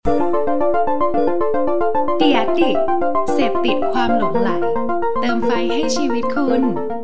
เดียดิเสพติดความหลงใหลเติมไฟให้ชีวิตคุณ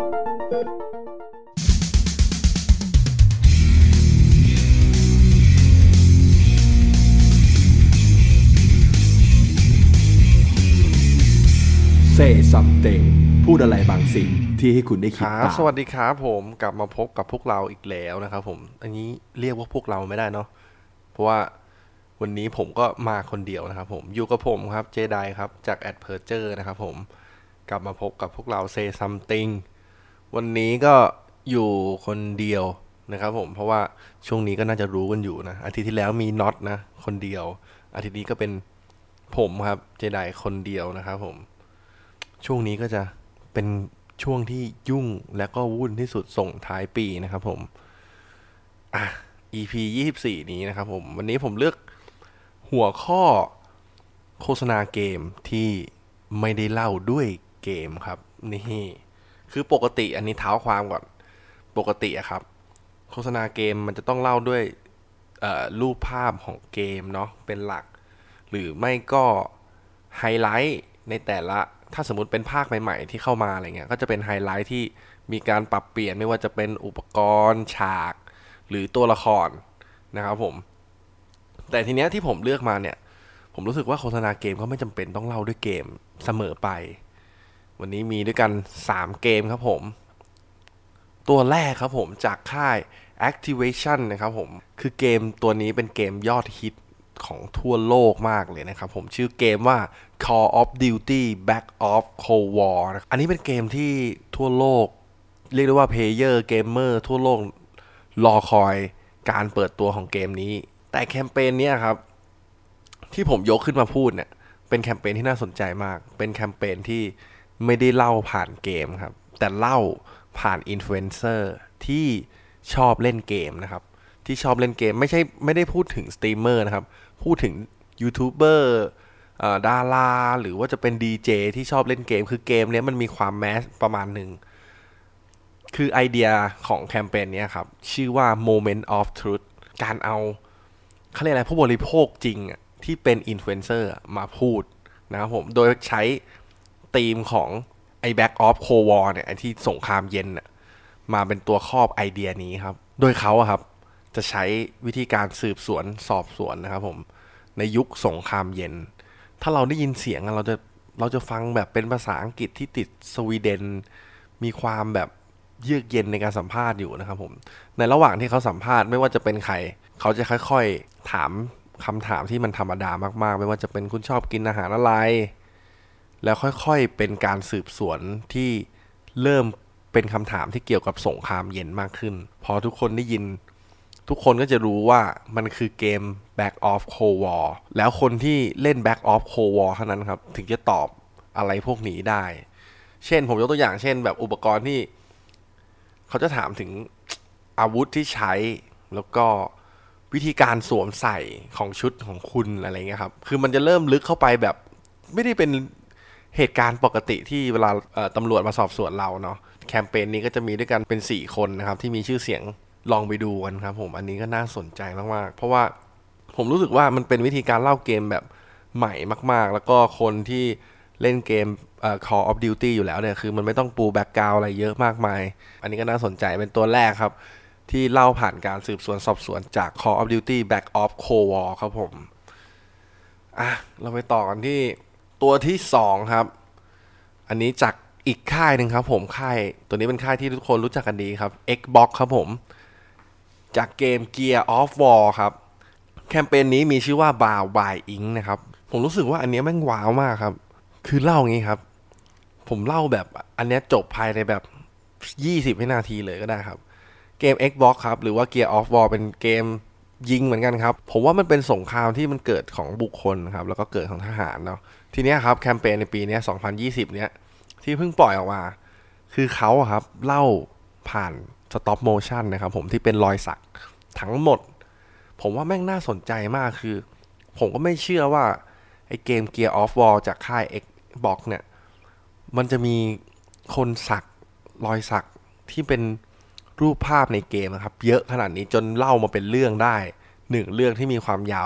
Say something พูดอะไรบางสิ่งที่ให้คุณได้คิดตามสวัสดีครับผมกลับมาพบกับพวกเราอีกแล้วนะครับผมอันนี้เรียกว่าพวกเราไม่ได้เนาะเพราะว่าวันนี้ผมก็มาคนเดียวนะครับผมอยู่กับผมครับเจไดครับจาก Adperture นะครับผมกลับมาพบกับพวกเรา Say something วันนี้ก็อยู่คนเดียวนะครับผมเพราะว่าช่วงนี้ก็น่าจะรู้กันอยู่นะอาทิตย์ที่แล้วมีน็อตนะคนเดียวอาทิตย์นี้ก็เป็นผมครับเจไดคนเดียวนะครับผมช่วงนี้ก็จะเป็นช่วงที่ยุ่งและก็วุ่นที่สุดส่งท้ายปีนะครับผมEP 24นี้นะครับผมวันนี้ผมเลือกหัวข้อโฆษณาเกมที่ไม่ได้เล่าด้วยเกมครับนี่คือปกติอันนี้เท้าความก่อนปกติอะครับโฆษณาเกมมันจะต้องเล่าด้วยรูปภาพของเกมเนาะเป็นหลักหรือไม่ก็ไฮไลท์ในแต่ละถ้าสมมุติเป็นภาคใหม่ๆที่เข้ามาอะไรเงี้ยก็จะเป็นไฮไลท์ที่มีการปรับเปลี่ยนไม่ว่าจะเป็นอุปกรณ์ฉากหรือตัวละครนะครับผมแต่ทีเนี้ยที่ผมเลือกมาเนี่ยผมรู้สึกว่าโฆษณาเกมก็ไม่จำเป็นต้องเล่าด้วยเกมเสมอไปวันนี้มีด้วยกัน3เกมครับผมตัวแรกครับผมจากค่าย Activation นะครับผมคือเกมตัวนี้เป็นเกมยอดฮิตของทั่วโลกมากเลยนะครับผมชื่อเกมว่า Call of Duty Black Ops Cold War นะอันนี้เป็นเกมที่ทั่วโลกเรียกได้ว่าเพลเยอร์เกมเมอร์ทั่วโลกรอคอยการเปิดตัวของเกมนี้แต่แคมเปญนี้ครับที่ผมยกขึ้นมาพูดเนี่ยเป็นแคมเปญที่น่าสนใจมากเป็นแคมเปญที่ไม่ได้เล่าผ่านเกมครับแต่เล่าผ่านอินฟลูเอนเซอร์ที่ชอบเล่นเกมนะครับที่ชอบเล่นเกมไม่ได้พูดถึงสตรีมเมอร์นะครับพูดถึงยูทูบเบอร์ดาราหรือว่าจะเป็นดีเจที่ชอบเล่นเกมคือเกมนี้มันมีความแมสประมาณหนึ่งคือไอเดียของแคมเปญนี้ครับชื่อว่า Moment of Truth การเอาเขาเรียกอะไรผู้บริโภคจริงที่เป็นอินฟลูเอนเซอร์มาพูดนะครับผมโดยใช้ธีมของไอ้ Black Ops Cold War เนี่ยไอ้ที่สงครามเย็นมาเป็นตัวครอบไอเดียนี้ครับโดยเขาครับจะใช้วิธีการสืบสวนสอบสวนนะครับผมในยุคสงครามเย็นถ้าเราได้ยินเสียงเราจะฟังแบบเป็นภาษาอังกฤษที่ติดสวีเดนมีความแบบเยือกเย็นในการสัมภาษณ์อยู่นะครับผมในระหว่างที่เขาสัมภาษณ์ไม่ว่าจะเป็นใครเขาจะค่อยๆถามคำถามที่มันธรรมดามากๆไม่ว่าจะเป็นคุณชอบกินอาหารอะไรแล้วค่อยๆเป็นการสืบสวนที่เริ่มเป็นคำถามที่เกี่ยวกับสงครามเย็นมากขึ้นพอทุกคนได้ยินทุกคนก็จะรู้ว่ามันคือเกม Black Ops Cold War แล้วคนที่เล่น Black Ops Cold War เท่านั้นครับถึงจะตอบอะไรพวกนี้ได้เช่นผมยกตัวอย่างเช่นแบบอุปกรณ์ที่เขาจะถามถึงอาวุธที่ใช้แล้วก็วิธีการสวมใส่ของชุดของคุณอะไรเงี้ยครับคือมันจะเริ่มลึกเข้าไปแบบไม่ได้เป็นเหตุการณ์ปกติที่เวลาตำรวจมาสอบสวนเราเนาะแคมเปญนี้ก็จะมีด้วยกันเป็น4คนนะครับที่มีชื่อเสียงลองไปดูกันครับผมอันนี้ก็น่าสนใจมากๆเพราะว่าผมรู้สึกว่ามันเป็นวิธีการเล่าเกมแบบใหม่มากๆแล้วก็คนที่เล่นเกมCall of Duty อยู่แล้วเนี่ยคือมันไม่ต้องปูแบ็คกราวด์อะไรเยอะมากมายอันนี้ก็น่าสนใจเป็นตัวแรกครับที่เล่าผ่านการสืบสวนสอบสวนจาก Call of Duty Black Ops Cold War ครับผมเราไปต่อกันที่ตัวที่2ครับอันนี้จากอีกค่ายหนึ่งครับผมค่ายตัวนี้เป็นค่ายที่ทุกคนรู้จักกันดีครับ Xbox ครับผมจากเกม Gear of War ครับแคมเปญนี้มีชื่อว่า Bound by Ink นะครับผมรู้สึกว่าอันนี้แม่งว้าวมากครับคือเล่างี้ครับผมเล่าแบบอันนี้จบภายในแบบ20วินาทีเลยก็ได้ครับเกม Xbox ครับหรือว่า Gear of War เป็นเกมยิงเหมือนกันครับผมว่ามันเป็นสงครามที่มันเกิดของบุคคลครับแล้วก็เกิดของทหารเนาะทีนี้ครับแคมเปญในปีนี้2020เนี้ยที่เพิ่งปล่อยออกมาคือเขาครับเล่าผ่านstop motion นะครับผมที่เป็นรอยสักทั้งหมดผมว่าแม่งน่าสนใจมากคือผมก็ไม่เชื่อว่าไอ้เกม Gear of War จากค่าย Xbox เนี่ยมันจะมีคนสักรอยสักที่เป็นรูปภาพในเกมนะครับเยอะขนาดนี้จนเล่ามาเป็นเรื่องได้1เรื่องที่มีความยาว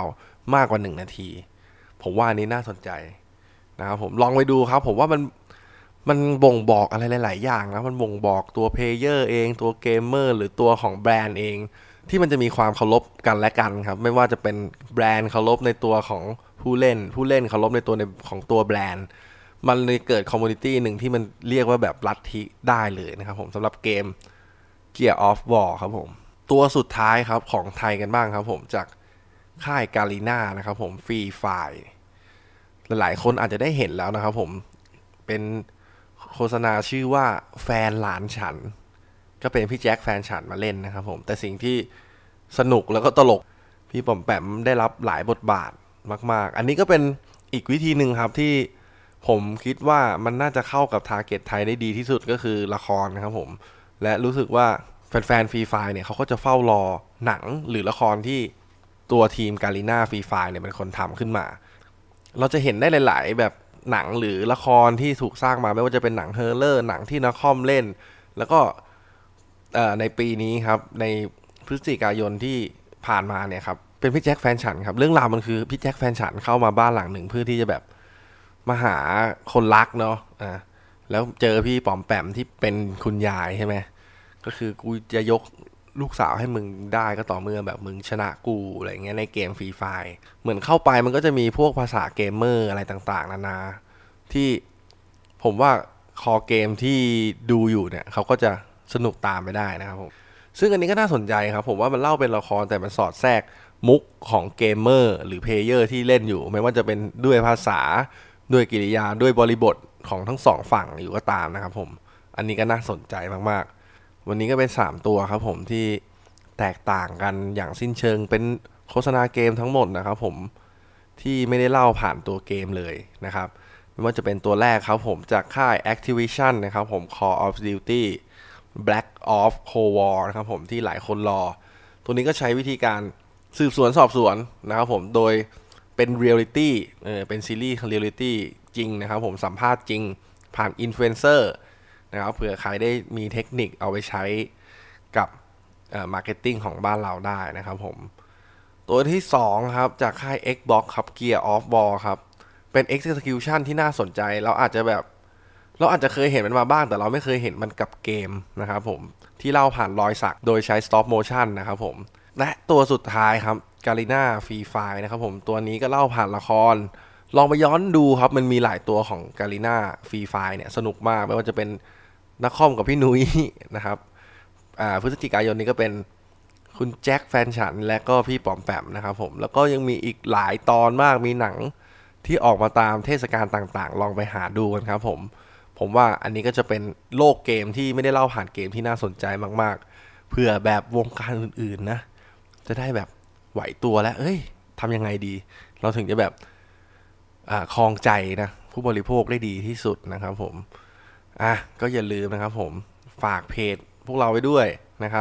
มากกว่า1นาทีผมว่าอันนี้น่าสนใจนะครับผมลองไปดูครับผมว่ามันบ่งบอกอะไรหลายๆอย่างนะมันบ่งบอกตัวเพลเยอร์เองตัวเกมเมอร์หรือตัวของแบรนด์เองที่มันจะมีความเคารพกันและกันครับไม่ว่าจะเป็นแบรนด์เคารพในตัวของผู้เล่นเคารพในตัวของตัวแบรนด์มันเลยเกิดคอมมูนิตี้หนึ่งที่มันเรียกว่าแบบลัทธิได้เลยนะครับผมสำหรับเกม Gear of War ครับผมตัวสุดท้ายครับของไทยกันบ้างครับผมจากค่ายกาลีน่านะครับผมฟรีไฟล์หลายๆคนอาจจะได้เห็นแล้วนะครับผมเป็นโฆษณาชื่อว่าแฟนหลานฉันก็เป็นพี่แจ็คแฟนฉันมาเล่นนะครับผมแต่สิ่งที่สนุกแล้วก็ตลกพี่ป๋อมแปมได้รับหลายบทบาทมากๆอันนี้ก็เป็นอีกวิธีหนึ่งครับที่ผมคิดว่ามันน่าจะเข้ากับทาร์เก็ตไทยได้ดีที่สุดก็คือละครนะครับผมและรู้สึกว่าแฟนๆฟรีไฟล์เนี่ยเขาก็จะเฝ้ารอหนังหรือละครที่ตัวทีมกาลีน่าฟรีไฟล์เนี่ยเป็นคนทำขึ้นมาเราจะเห็นได้หลายๆแบบหนังหรือละครที่ถูกสร้างมาไม่ว่าจะเป็นหนังเฮอร์เรอร์หนังที่นักคอมเล่นแล้วก็ในปีนี้ครับในพฤศจิกายนที่ผ่านมาเนี่ยครับเป็นพี่แจ็คแฟนฉันครับเรื่องราวมันคือพี่แจ็คแฟนฉันเข้ามาบ้านหลังหนึ่งเพื่อที่จะแบบมาหาคนรักเนาะแล้วเจอพี่ป๋อมแปมที่เป็นคุณยายใช่ไหมก็คือกูจะยกลูกสาวให้มึงได้ก็ต่อเมื่อแบบมึงชนะกูอะไรเงี้ยในเกมฟรีไฟล์เหมือนเข้าไปมันก็จะมีพวกภาษาเกมเมอร์อะไรต่างๆนานาที่ผมว่าคอเกมที่ดูอยู่เนี่ยเขาก็จะสนุกตามไปได้นะครับผมซึ่งอันนี้ก็น่าสนใจครับผมว่ามันเล่าเป็นละครแต่มันสอดแทรกมุกของเกมเมอร์หรือเพลเยอร์ที่เล่นอยู่ไม่ว่าจะเป็นด้วยภาษาด้วยกิริยาด้วยบริบทของทั้งสองฝั่งอยู่ก็ตามนะครับผมอันนี้ก็น่าสนใจมากๆวันนี้ก็เป็น3ตัวครับผมที่แตกต่างกันอย่างสิ้นเชิงเป็นโฆษณาเกมทั้งหมดนะครับผมที่ไม่ได้เล่าผ่านตัวเกมเลยนะครับไม่ว่าจะเป็นตัวแรกครับผมจากค่าย Activision นะครับผม Call of Duty Black Ops Cold War นะครับผมที่หลายคนรอตัวนี้ก็ใช้วิธีการสืบสวนสอบสวนนะครับผมโดยเป็นเรียลลิตี้เป็นซีรีส์เรียลลิตี้จริงนะครับผมสัมภาษณ์จริงผ่านอินฟลูเอนเซอร์นะครับเผื่อใครได้มีเทคนิคเอาไปใช้กับมาร์เก็ตติ้งของบ้านเราได้นะครับผมตัวที่2ครับจากค่าย Xbox ครับ Gear of War ครับเป็น execution ที่น่าสนใจเราอาจจะเคยเห็นมันมาบ้างแต่เราไม่เคยเห็นมันกับเกมนะครับผมที่เล่าผ่านรอยสักโดยใช้ stop motion นะครับผมและตัวสุดท้ายครับ Garena Free Fire นะครับผมตัวนี้ก็เล่าผ่านละครลองไปย้อนดูครับมันมีหลายตัวของ Garena Free Fire เนี่ยสนุกมากไม่ว่าจะเป็นนักคอมกับพี่นุ้ยนะครับพฤศจิกายนนี้ก็เป็นคุณแจ็คแฟนฉันและก็พี่ป๋อมแปมนะครับผมแล้วก็ยังมีอีกหลายตอนมากมีหนังที่ออกมาตามเทศกาลต่างๆลองไปหาดูกันครับผมว่าอันนี้ก็จะเป็นโลกเกมที่ไม่ได้เล่าผ่านเกมที่น่าสนใจมากๆเผื่อแบบวงการอื่นๆนะจะได้แบบไหวตัวแล้วทำยังไงดีเราถึงจะแบบครองใจนะผู้บริโภคได้ดีที่สุดนะครับผมก็อย่าลืมนะครับผมฝากเพจพวกเราไว้ด้วยนะครับ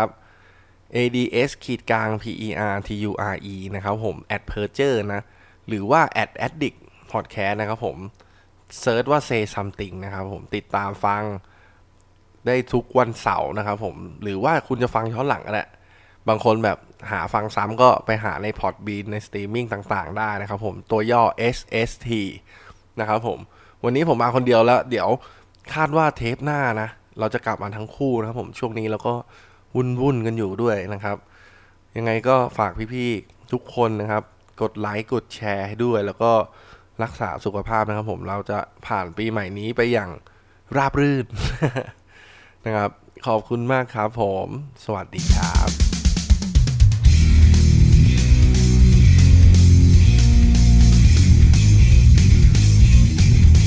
ads_perture นะครับผม @perture นะหรือว่า @addict podcast นะครับผมเซิร์ชว่า say something นะครับผมติดตามฟังได้ทุกวันเสาร์นะครับผมหรือว่าคุณจะฟังย้อนหลังก็ได้บางคนแบบหาฟังซ้ำก็ไปหาใน Podbean ในสตรีมมิ่งต่างๆได้นะครับผมตัวย่อ SST นะครับผมวันนี้ผมมาคนเดียวแล้วเดี๋ยวคาดว่าเทปหน้านะเราจะกลับมาทั้งคู่นะครับผมช่วงนี้เราก็วุ่นกันอยู่ด้วยนะครับยังไงก็ฝากพี่ๆทุกคนนะครับกดไลค์กดแชร์ให้ด้วยแล้วก็รักษาสุขภาพนะครับผมเราจะผ่านปีใหม่นี้ไปอย่างราบรื่น นะครับขอบคุณมากครับผมสวัสดีครับ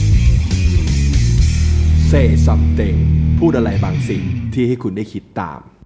Say something พูดอะไรบางสิ่งที่ให้คุณได้คิดตาม